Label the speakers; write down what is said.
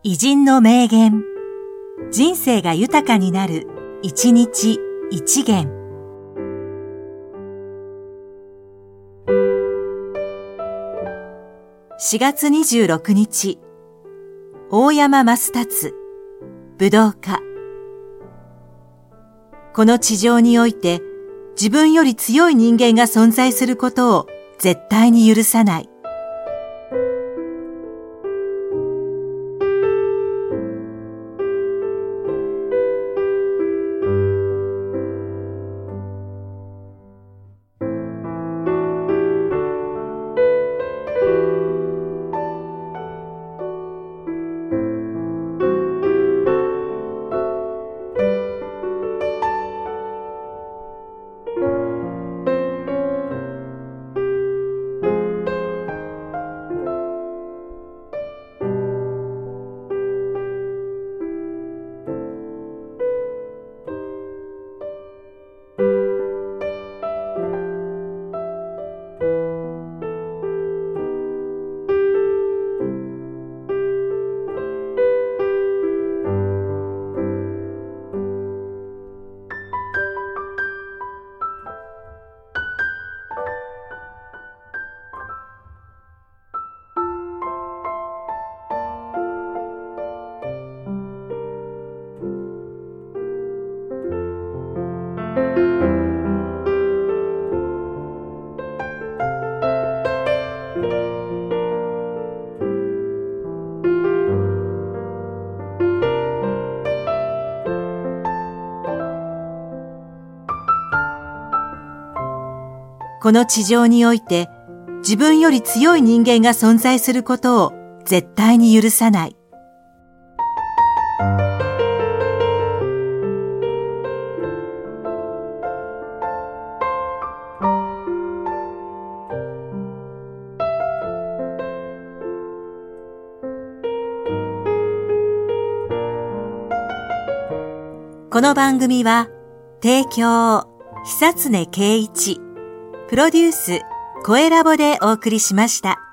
Speaker 1: 偉人の名言。人生が豊かになる、一日一元。4月26日、大山益達、武道家。この地上において、自分より強い人間が存在することを絶対に許さない。この地上において、自分より強い人間が存在することを絶対に許さない。この番組は、提供、久常圭一、プロデュース、声ラボでお送りしました。